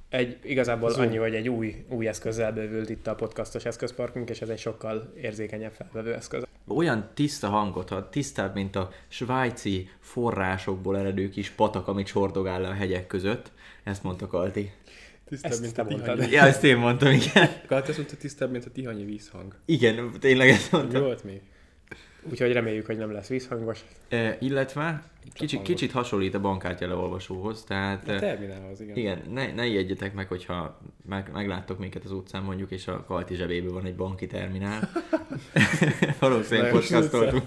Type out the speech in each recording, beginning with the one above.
Igazából annyi, hogy egy új eszközzel bővült itt a podcastos eszközparkunk, és ez egy sokkal érzékenyebb felvevő eszköz. Olyan tiszta hangot ad, tisztább, mint a svájci forrásokból eredő kis patak, amit sordogál le a hegyek között. Ezt mondta Kalti. Tisztább, mint a tihanyi. Ja, ezt én mondtam, igen. Kalti azt mondta, tisztább, mint a tihanyi vízhang. Igen, tényleg ezt Mi mondtam. volt még? Úgyhogy reméljük, hogy nem lesz vízhangos. Illetve kicsit hasonlít a bankkártya leolvasóhoz, tehát... A terminálhoz, igen. Igen, ne ijedjetek meg, hogyha megláttok minket az utcán mondjuk, és a Kalti zsebében van egy banki terminál. Valószínűleg podcastoltunk.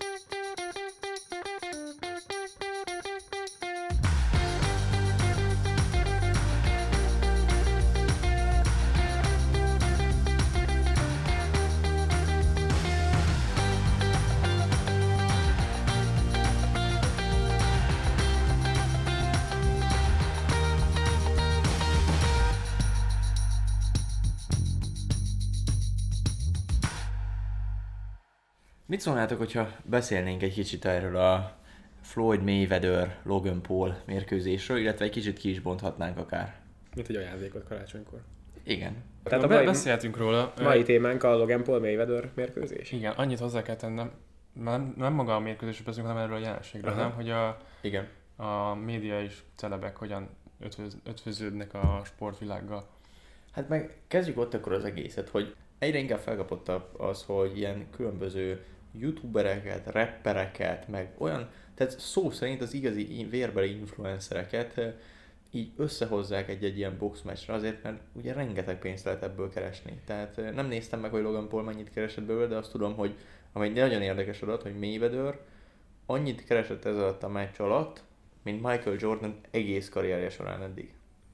Mit szólnátok, hogyha beszélnénk egy kicsit erről a Floyd Mayweather Logan Paul mérkőzésről, illetve egy kicsit ki is bonthatnánk akár. Mint egy ajándékot karácsonykor. Igen. Tehát a beszélhetünk róla. Mai témánk a Logan Paul Mayweather mérkőzés. Igen, annyit hozzá kell tennem, nem maga a mérkőzésről beszélünk, hanem erről a jelenségről, nem? Hogy Igen. a média és celebek hogyan ötvöződnek a sportvilággal. Hát meg kezdjük ott akkor az egészet, hogy egyre inkább felkapott az, hogy ilyen különböző youtubereket, rappereket, meg olyan, tehát szó szerint az igazi vérbeli influencereket így összehozzák egy ilyen boxmeccsre azért, mert ugye rengeteg pénzt lehet ebből keresni. Tehát nem néztem meg, hogy Logan Paul mennyit keresett belőle, de azt tudom, hogy ami egy nagyon érdekes adat, hogy Mayweather annyit keresett ez alatt a meccs alatt, mint Michael Jordan egész karrierje során eddig.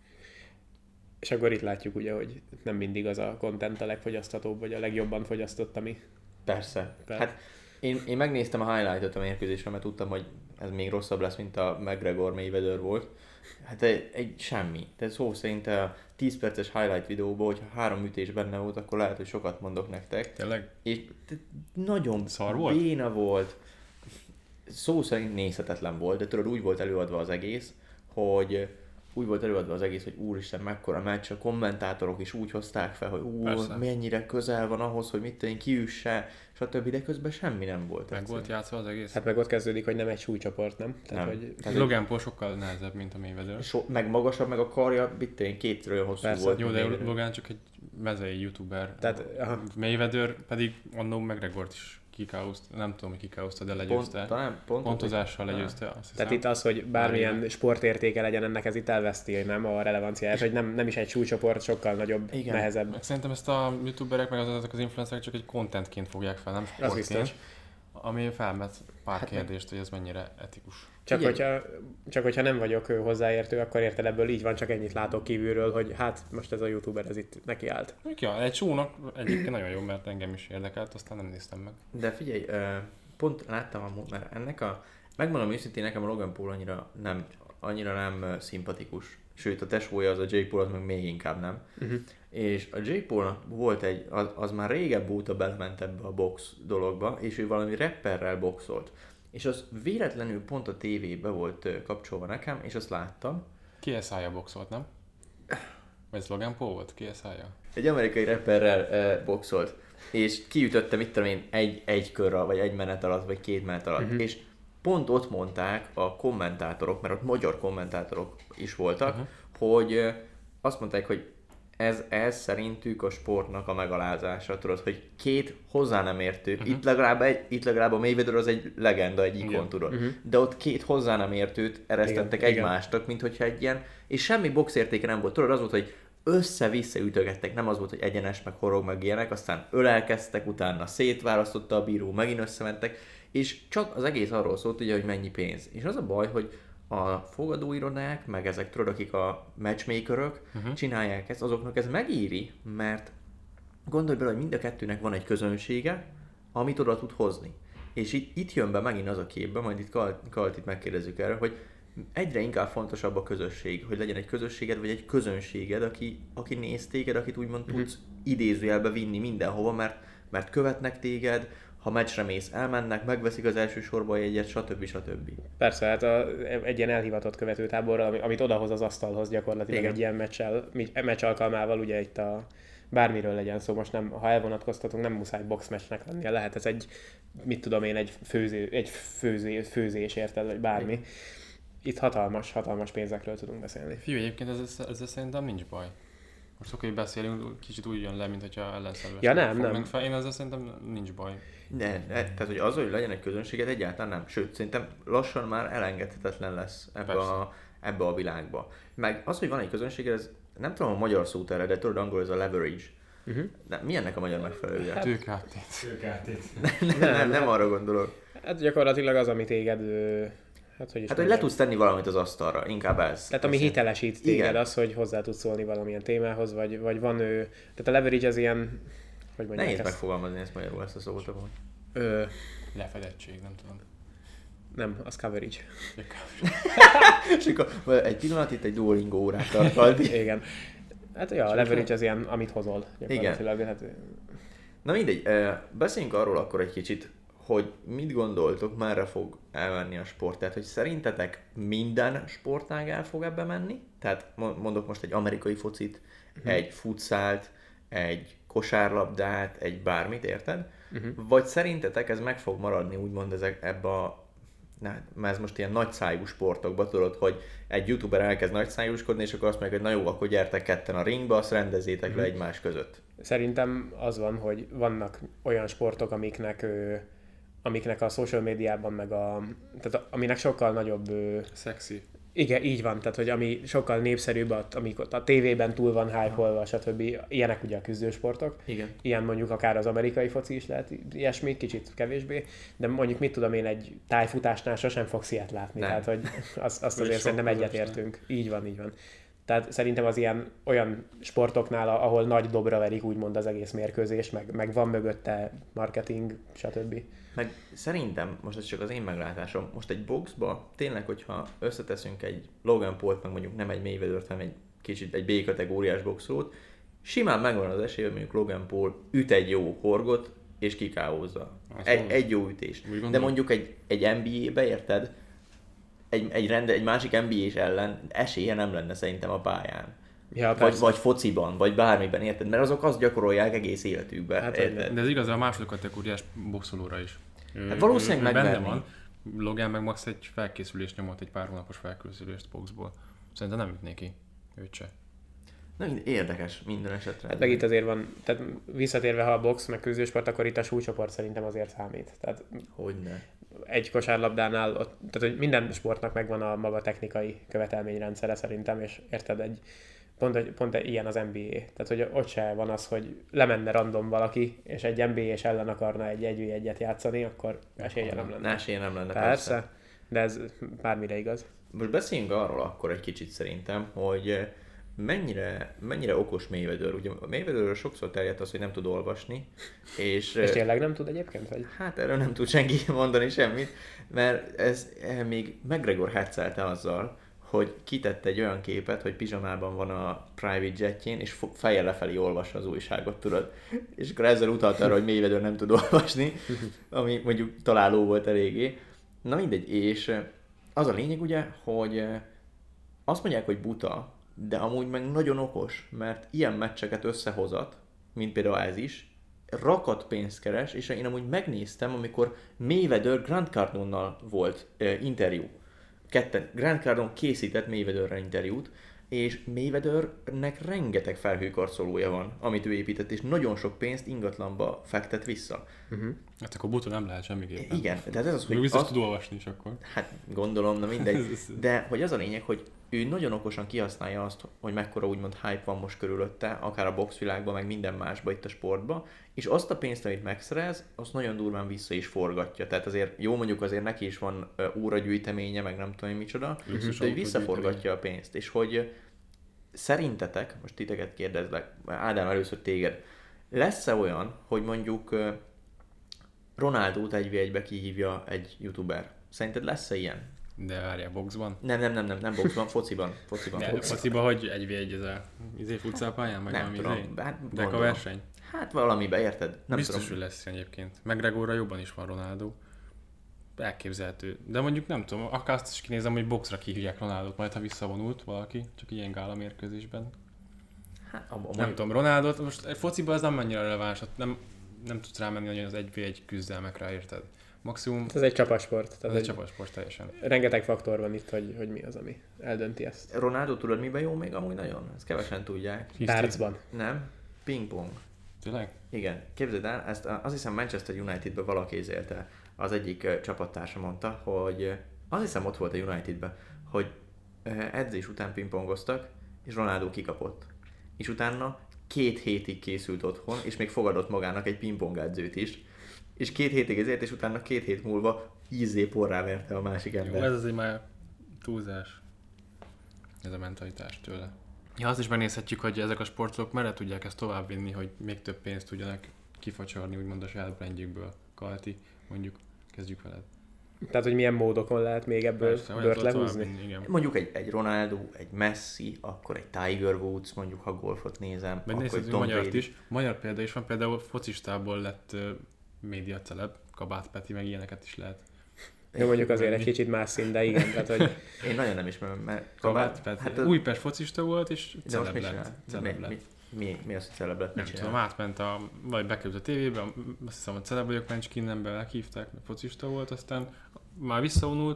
És akkor itt látjuk ugye, hogy nem mindig az a content a legfogyasztatóbb, vagy a legjobban fogyasztott, ami... Persze. Hát én megnéztem a highlightot a mérkőzésre, mert tudtam, hogy ez még rosszabb lesz, mint a McGregor Mayweather volt. Hát egy semmi. Tehát szó szerint a 10 perces highlight videóból, hogyha 3 ütés benne volt, akkor lehet, hogy sokat mondok nektek. Tényleg? És nagyon szar volt? béna volt. Szó szerint nézhetetlen volt, de tudod, úgy volt előadva az egész, hogy úristen, mekkora meccs, a kommentátorok is úgy hozták fel, hogy mennyire közel van ahhoz, hogy mit tenni, kiüsse, stb. De közben semmi nem volt. Meg volt játszva az egész? Hát meg ott kezdődik, hogy nem egy súlycsoport, nem? Tehát, nem. Hogy... Logan Paul sokkal nehezebb, mint a Mayweather. Meg magasabb, meg a karja, mit tenni, 2 olyan hosszú Persze. volt. Jó, de Logan csak egy mezei youtuber. Tehát, Mayweather pedig annó McGregort is kikáozta, nem tudom, hogy kikáozta, de legyőzte. Pontozással legyőzte, azt hiszem. Tehát itt az, hogy bármilyen sportértéke legyen ennek, ez itt elveszti, nem a relevanciáját, hogy nem is egy súlycsoport, sokkal nagyobb, igen, nehezebb. Meg szerintem ezt a youtuberek, meg ezek az influencerek csak egy contentként fogják fel, nem sportként. Ami felmet pár kérdést, hogy ez mennyire etikus. Csak hogyha nem vagyok hozzáértő, akkor érted, ebből így van, csak ennyit látok kívülről, hogy hát most ez a youtuber, ez itt nekiállt. Ja, egy súnak egyébként nagyon jó, mert engem is érdekelt, aztán nem néztem meg. De figyelj, pont láttam, mert megmondom őszintén, nekem a Logan Paul annyira nem szimpatikus. Sőt, a tesója, az a Jake Paul, az meg még inkább nem. Uh-huh. És a Jake Paulnak volt az már régebb óta belement ebbe a box dologba, és ő valami rapperrel boxolt. És az véletlenül pont a tévébe volt kapcsolva nekem, és azt láttam. KSI-ja boxolt, nem? Vagy ez Logan Paul volt? KSI-ja? Egy amerikai rapperrel boxolt, és kiütötte, mit tudom én, egy körre, vagy egy menet alatt, vagy 2 menet alatt. Uh-huh. És pont ott mondták a kommentátorok, mert ott magyar kommentátorok is voltak, hogy azt mondták, hogy ez szerintük a sportnak a megalázása, tudod, hogy 2 hozzá nem értő. Itt legalább a Mayweather az egy legenda, egy ikon, tudod. De ott 2 hozzá nem értőt eresztettek egymástak, mint hogyha egy ilyen, és semmi boxértéke nem volt. Tudod, az volt, hogy össze-vissza ütögettek, nem az volt, hogy egyenes, meg horog, meg ilyenek, aztán ölelkeztek, utána szétválasztotta a bíró, megint összementek, és csak az egész arról szólt, ugye, hogy mennyi pénz. És az a baj, hogy a fogadóirodák, meg ezek, tudod, akik a matchmakerök csinálják ezt, azoknak ez megéri, mert gondolj bele, hogy mind a kettőnek van egy közönsége, amit oda tud hozni. És itt jön be megint az a képbe, majd itt Kaltit megkérdezzük erről, hogy egyre inkább fontosabb a közösség, hogy legyen egy közösséged, vagy egy közönséged, aki néz téged, akit úgymond tudsz idézőjelbe vinni mindenhova, mert követnek téged, ha meccsre mész, elmennek, megveszik az első sorba egyet, stb. Persze, hát egy ilyen elhivatott követőtáborral, amit odahoz az asztalhoz gyakorlatilag Igen. egy ilyen meccs alkalmával, ugye itt bármiről legyen szó, most nem, ha elvonatkoztatunk, nem muszáj boxmeccsnek lennie, lehet ez egy, mit tudom én, egy főzés, érted, vagy bármi. Igen. Itt hatalmas pénzekről tudunk beszélni. Fiú, egyébként ezzel szerintem nincs baj. Most oké, hogy beszélünk, kicsit úgy jön le, mint hogyha ellenszerűen. Ja, nem. Fel. Én ezzel szerintem nincs baj. Tehát, hogy az, hogy legyen egy közönséget, egyáltalán nem. Sőt, szerintem lassan már elengedhetetlen lesz ebbe a világba. Meg az, hogy van egy közönséged, ez nem tudom a magyar szót erre, de tudod, angol ez a leverage. De mi ennek a magyar megfelelője? Tőkeáttét. Nem arra gondolok. Hát gyakorlatilag az, ami téged... hogy le tudsz tenni valamit az asztalra, inkább ez. Tehát ami hitelesít téged, Igen. az, hogy hozzá tudsz szólni valamilyen témához, vagy van ő... Tehát a leverage az ilyen... Hogy mondják Nehéz ezt? megfogalmazni ezt magyarul, ezt a szót. Lefedettség, nem tudom. Nem, az coverage. És akkor egy pillanat, itt egy Duolingo órát tartalni. Igen. Hát ja, a leverage az ilyen, amit hozol. Gyakorlatilag. Hát, Na mindegy, beszéljünk arról akkor egy kicsit, hogy mit gondoltok, merre fog elmenni a sport. Tehát, hogy szerintetek minden sportág el fog ebbe menni? Tehát mondok most egy amerikai focit, egy futszált, egy kosárlabdát, egy bármit, érted? Vagy szerintetek ez meg fog maradni, úgymond ebbe a ez most ilyen nagyszájú sportokba, tudod, hogy egy youtuber elkezd nagyszájúskodni, és akkor azt mondja, hogy na jó, akkor gyertek ketten a ringbe, azt rendezzétek le egymás között. Szerintem az van, hogy vannak olyan sportok, amiknek a social médiában, tehát aminek sokkal nagyobb... Szexi. Igen, így van, tehát hogy ami sokkal népszerűbb, amikor a tévében túl van hype-olva, stb. Ilyenek ugye a küzdősportok. Igen. Ilyen mondjuk akár az amerikai foci is lehet ilyesmi, kicsit kevésbé, de mondjuk mit tudom én, egy tájfutásnál sosem fogsz ilyet látni, Nem. tehát hogy azt azért szerintem egyetértünk. Így van. Tehát szerintem az olyan sportoknál, ahol nagy dobra verik úgymond az egész mérkőzés, meg van mögötte marketing, stb. Meg szerintem, most ez csak az én meglátásom, most egy boxba tényleg, hogyha összeteszünk egy Logan Pault, meg mondjuk nem egy Mayweather-t, hanem egy kicsit egy B-kategóriás boxolót, simán megvan az esély, hogy mondjuk Logan Paul üt egy jó horgot, és kikáózza. Egy jó ütés. De mondjuk egy NBA-be, érted? Egy másik NBA-s ellen esélye nem lenne szerintem a pályán. Ja, vagy fociban, vagy bármiben, érted? Mert azok azt gyakorolják egész életükben. Hát, De ez igaz a második kategóriás boxolóra is. Hát valószínűleg benne megverni. van. Logan meg max egy felkészülést nyomott, egy pár hónapos felkészülést boxból. Szerintem nem ütné ki. Őt se. Na, érdekes minden esetre. Hát meg itt azért van, tehát visszatérve, ha a box meg küzdősport, akkor itt a súlycsoport szerintem azért számít. Tehát Hogyne. egy kosárlabdánál, tehát hogy minden sportnak megvan a maga technikai követelményrendszere szerintem, és érted, pont ilyen az NBA. Tehát, hogy ott se van az, hogy lemenne random valaki, és egy NBA-s ellen akarna egy 1v1-et játszani, akkor esélye nem lenne. Esélye nem lenne, Persze, de ez bármire igaz. Most beszéljünk arról akkor egy kicsit szerintem, hogy mennyire okos Mayweather. Ugye a Mayweatherről sokszor terjedt az, hogy nem tud olvasni. És tényleg nem tud egyébként? Vagy? Hát erről nem tud senki mondani semmit, mert ez még McGregor hetszelte azzal, hogy kitette egy olyan képet, hogy pizsamában van a private jetjén, és fejjel lefelé olvassa az újságot, tudod. És akkor ezzel utalt arra, hogy Mayweather nem tud olvasni, ami mondjuk találó volt eléggé. Na mindegy, és az a lényeg ugye, hogy azt mondják, hogy buta, de amúgy meg nagyon okos, mert ilyen meccseket összehozat, mint például ez is, rakat pénzt keres, és én amúgy megnéztem, amikor Mayweather Grant Cardonnal volt interjú. Grant Cardone készített Mayweatherre interjút, és Mayweathernek rengeteg felhőkarcolója van, amit ő épített, és nagyon sok pénzt ingatlanba fektet vissza. Hát akkor buta nem lehet semmiképpen. Igen, tehát ez az, hogy... Biztos tud olvasni is akkor. Hát gondolom, na mindegy. De hogy az a lényeg, hogy ő nagyon okosan kihasználja azt, hogy mekkora úgymond hype van most körülötte, akár a boxvilágban, meg minden másban itt a sportban, és azt a pénzt, amit megszerez, azt nagyon durván vissza is forgatja. Tehát azért jó, mondjuk azért neki is van óragyűjteménye, meg nem tudom micsoda, de hogy visszaforgatja a pénzt. És hogy szerintetek, most titeket kérdezlek, Ádám, először téged, lesz-e olyan, hogy mondjuk Ronaldót 1v1-be kihívja egy youtuber? Szerinted lesz-e ilyen? De várjál, boxban? Nem boxban, fociban. Fociban, hogy 1v1 ez a futszálpályán? Meg nem tudom. Hát, Deka verseny? Hát valamibe, érted? Nem biztos, tudom. hogy lesz egyébként. McGregorra jobban is van Ronaldo. Elképzelhető. De mondjuk nem tudom, akár azt is kinézem, hogy boxra kihívják Ronaldot, majd ha visszavonult valaki, csak ilyen gála mérkőzésben. Hát, Nem tudom, Ronaldot, most egy fociban ez nem annyira releváns, nem tudsz rámenni nagyon az 1v1 küzdelmekre, érted? Maximum... Ez egy csapatsport. Ez egy csapatsport teljesen. Rengeteg faktor van itt, hogy mi az, ami eldönti ezt. Ronaldo tudod miben jó még amúgy nagyon? Ezt kevesen tudják. Tárcban. Nem? Pingpong. Tényleg? Igen. Képzeld el, ezt azt hiszem Manchester Unitedben valaki élte. Az egyik csapattársa mondta, hogy azt hiszem ott volt a Unitedben, hogy edzés után pingpongoztak, és Ronaldo kikapott. És utána 2 hétig készült otthon, és még fogadott magának egy pingpong edzőt is. És 2 hétig ezért, és utána 2 hét múlva ízzé porrá verte a másik ember. Jó, ez azért már túlzás. Ez a mentalitás tőle. Ja, azt is megnézhetjük, hogy ezek a sportolók merre tudják ezt továbbvinni, hogy még több pénzt tudjanak kifacsorni, úgymond a saját brandjükből. Kalti, mondjuk, kezdjük veled. Tehát, hogy milyen módokon lehet még ebből bört lehúzni? Igen. Mondjuk egy Ronaldo, egy Messi, akkor egy Tiger Woods, mondjuk ha golfot nézem, Meg akkor egy nézhetünk Tom magyart Brady. is. Magyar példa is van, például focistából lett média celeb, Kabát Peti, meg ilyeneket is lehet. Jó, mondjuk azért egy kicsit más szín, de igen, tehát, hogy Én nagyon nem ismerem, mert Kabát Peti. Újpest focista volt, és de most celeb mit lett. csinál? Celeb lett. Mi az, hogy celeb lett? Nem Mit tudom, csinál? átment vagy bekerült a tévébe, azt hiszem, hogy celeb vagyok, Mencskinnembe meghívták, mert focista volt, aztán már visszavonult,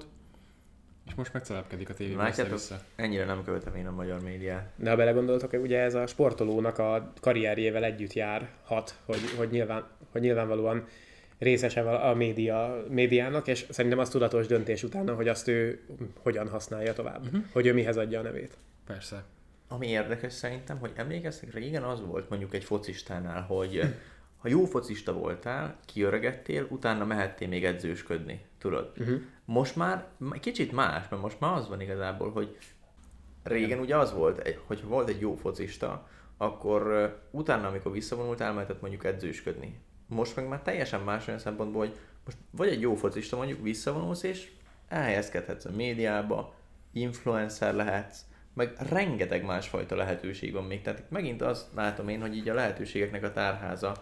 és most meg celebkedik a tévében Látjátok? össze-vissza. Ennyire nem követem én a magyar médiát. de ha belegondoltok, ugye ez a sportolónak a karrierjével együtt járhat, hogy nyilvánvalóan részese a médiának, és szerintem az tudatos döntés utána, hogy azt ő hogyan használja tovább, hogy ő mihez adja a nevét. Persze. Ami érdekes szerintem, hogy emlékeztek, régen az volt mondjuk egy focistánál, hogy ha jó focista voltál, kiöregettél, utána mehettél még edzősködni, tudod? Most már kicsit más, mert most már az van igazából, hogy régen ugye az volt, hogy ha volt egy jó focista, akkor utána, amikor visszavonult, elmehetett mondjuk edzősködni. Most meg már teljesen más olyan szempontból, hogy most vagy egy jó focista, mondjuk visszavonulsz, és elhelyezkedhetsz a médiába, influencer lehetsz, meg rengeteg másfajta lehetőség van még. Tehát itt megint azt látom én, hogy így a lehetőségeknek a tárháza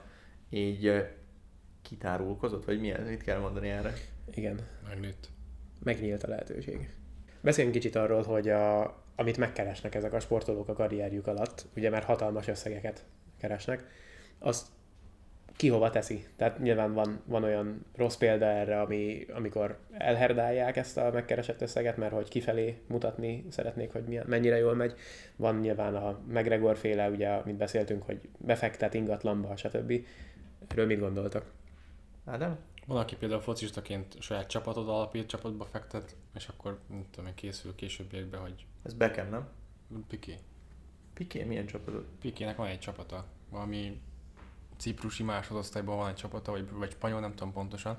így kitárulkozott, vagy mit kell mondani erre? Igen, Megnőtt. megnyílt a lehetőség. Beszéljünk kicsit arról, hogy amit megkeresnek ezek a sportolók a karrierjük alatt, ugye már hatalmas összegeket keresnek, azt ki hova teszi. Tehát nyilván van olyan rossz példa erre, amikor elherdálják ezt a megkeresett összeget, mert hogy kifelé mutatni szeretnék, hogy mennyire jól megy. Van nyilván a McGregor féle, ugye, amit beszéltünk, hogy befektet ingatlanba, stb. Erről mit gondoltak? Ádám? Van, aki például focistaként saját csapatod alapít, csapatba fektet, és akkor nem tudom, készül későbbiekben, hogy Ez Beckham, nem? Piqué. Piqué, milyen csapatod? Piquének van egy csapata, valami ciprusi másodosztályban van egy csapata, vagy spanyol, nem tudom pontosan,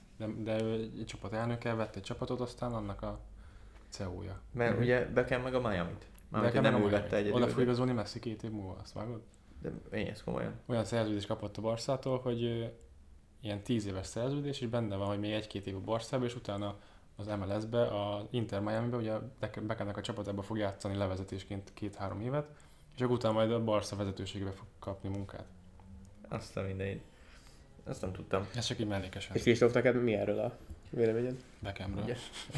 de ő egy csapat elnöke, vett egy csapatot, aztán annak a CEO-ja. Mert ugye Beckham meg a Miami-t. Mármint, hogy nem ő vette egyedül. Oda fog igazolni Messi 2 év múlva, azt vágod? De én ezt komolyan. Olyan szerződést kapott a Barszától, hogy ilyen 10 éves szerződés, és benne van, hogy még 1-2 év a Barszába, és utána az MLS-be, az Inter Miami-be, ugye Beckhamnek a csapatába fog játszani levezetésként 2-3 évet, és akkor utána majd a Barca vezetőségbe fog kapni munkát. Azt a mindegy. Azt nem tudtam. Ez csak így mellékesen. És Kristóf, neked mi erről a véleményed? Beckhamről. Ugye?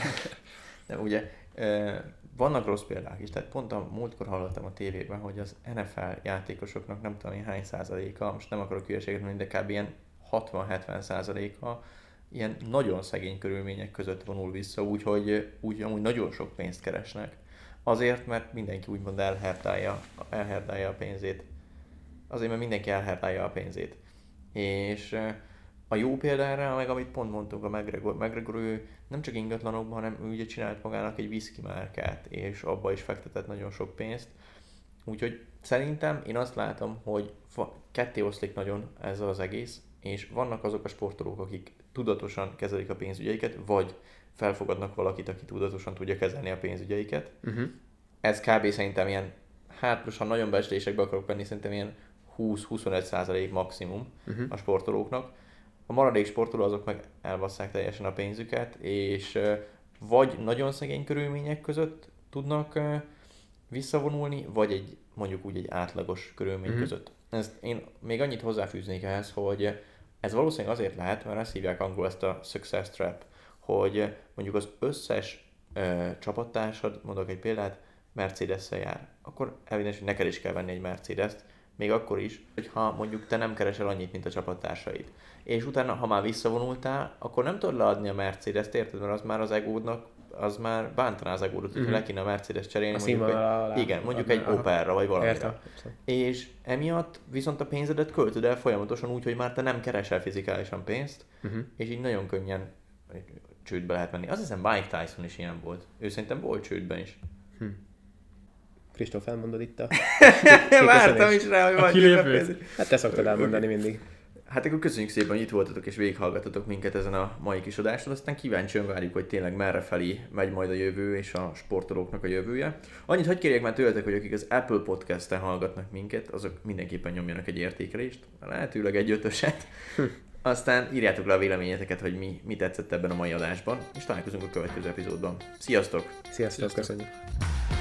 De ugye vannak rossz példák is, tehát pont a múltkor hallottam a tévében, hogy az NFL játékosoknak nem tudom én hány százaléka, most nem akarok hülyeséget mondani, de kb. Ilyen 60-70 százaléka ilyen nagyon szegény körülmények között vonul vissza, úgyhogy amúgy nagyon sok pénzt keresnek. Azért, mert mindenki úgymond elherdálja a pénzét. Azért, mert mindenki elherdálja a pénzét. És a jó példára, meg amit pont mondtunk, a McGregor ő nem csak ingatlanokban, hanem ő ugye csinált magának egy whisky márkát, és abba is fektetett nagyon sok pénzt. Úgyhogy szerintem én azt látom, hogy ketté oszlik nagyon ez az egész, és vannak azok a sportolók, akik tudatosan kezelik a pénzügyeiket, vagy felfogadnak valakit, aki tudatosan tudja kezelni a pénzügyeiket. Ez kb. Szerintem ilyen, hát most ha nagyon becslésekbe akarok venni, szerintem ilyen 20-25% maximum a sportolóknak. A maradék sportoló azok meg elbasszák teljesen a pénzüket, és vagy nagyon szegény körülmények között tudnak visszavonulni, vagy egy mondjuk úgy egy átlagos körülmény között. Ezt én még annyit hozzáfűznék ehhez, hogy ez valószínűleg azért lehet, mert azt hívják angolul ezt a success trap, hogy mondjuk az összes csapattársad, mondok egy példát, Mercedes-szel jár. Akkor evidens, hogy neked is kell venni egy Mercedes-t, még akkor is, hogyha mondjuk te nem keresel annyit, mint a csapattársaid. És utána, ha már visszavonultál, akkor nem tudod leadni a Mercedes-t, érted? Mert az már az egódnak, az már bántaná az egódot, hogyha le kéne a Mercedes cserélni, mondjuk egy Opelra, vagy valamire. És emiatt viszont a pénzedet költöd el folyamatosan úgy, hogy már te nem keresel fizikálisan pénzt, és így nagyon könnyen csődbe lehet menni. Azt hiszem Mike Tyson is ilyen volt. Ő szerintem volt csődben is. Kristóf, elmondod itt a... Vártam is rá, hogy vagy. Hát te szoktad elmondani mindig. Hát akkor köszönjük szépen, hogy itt voltatok és végighallgatotok minket ezen a mai kis adáson, aztán kíváncsian várjuk, hogy tényleg merre felé megy majd a jövő és a sportolóknak a jövője. Annyit hadd kérjek már tőletek, hogy akik az Apple Podcast-en hallgatnak minket, azok mindenképpen nyomjanak egy értékelést, lehetőleg egy 5-öset. Aztán írjátok le a véleményeteket, hogy mi tetszett ebben a mai adásban, és találkozunk a következő epizódban. Sziasztok! Sziasztok, köszönjük!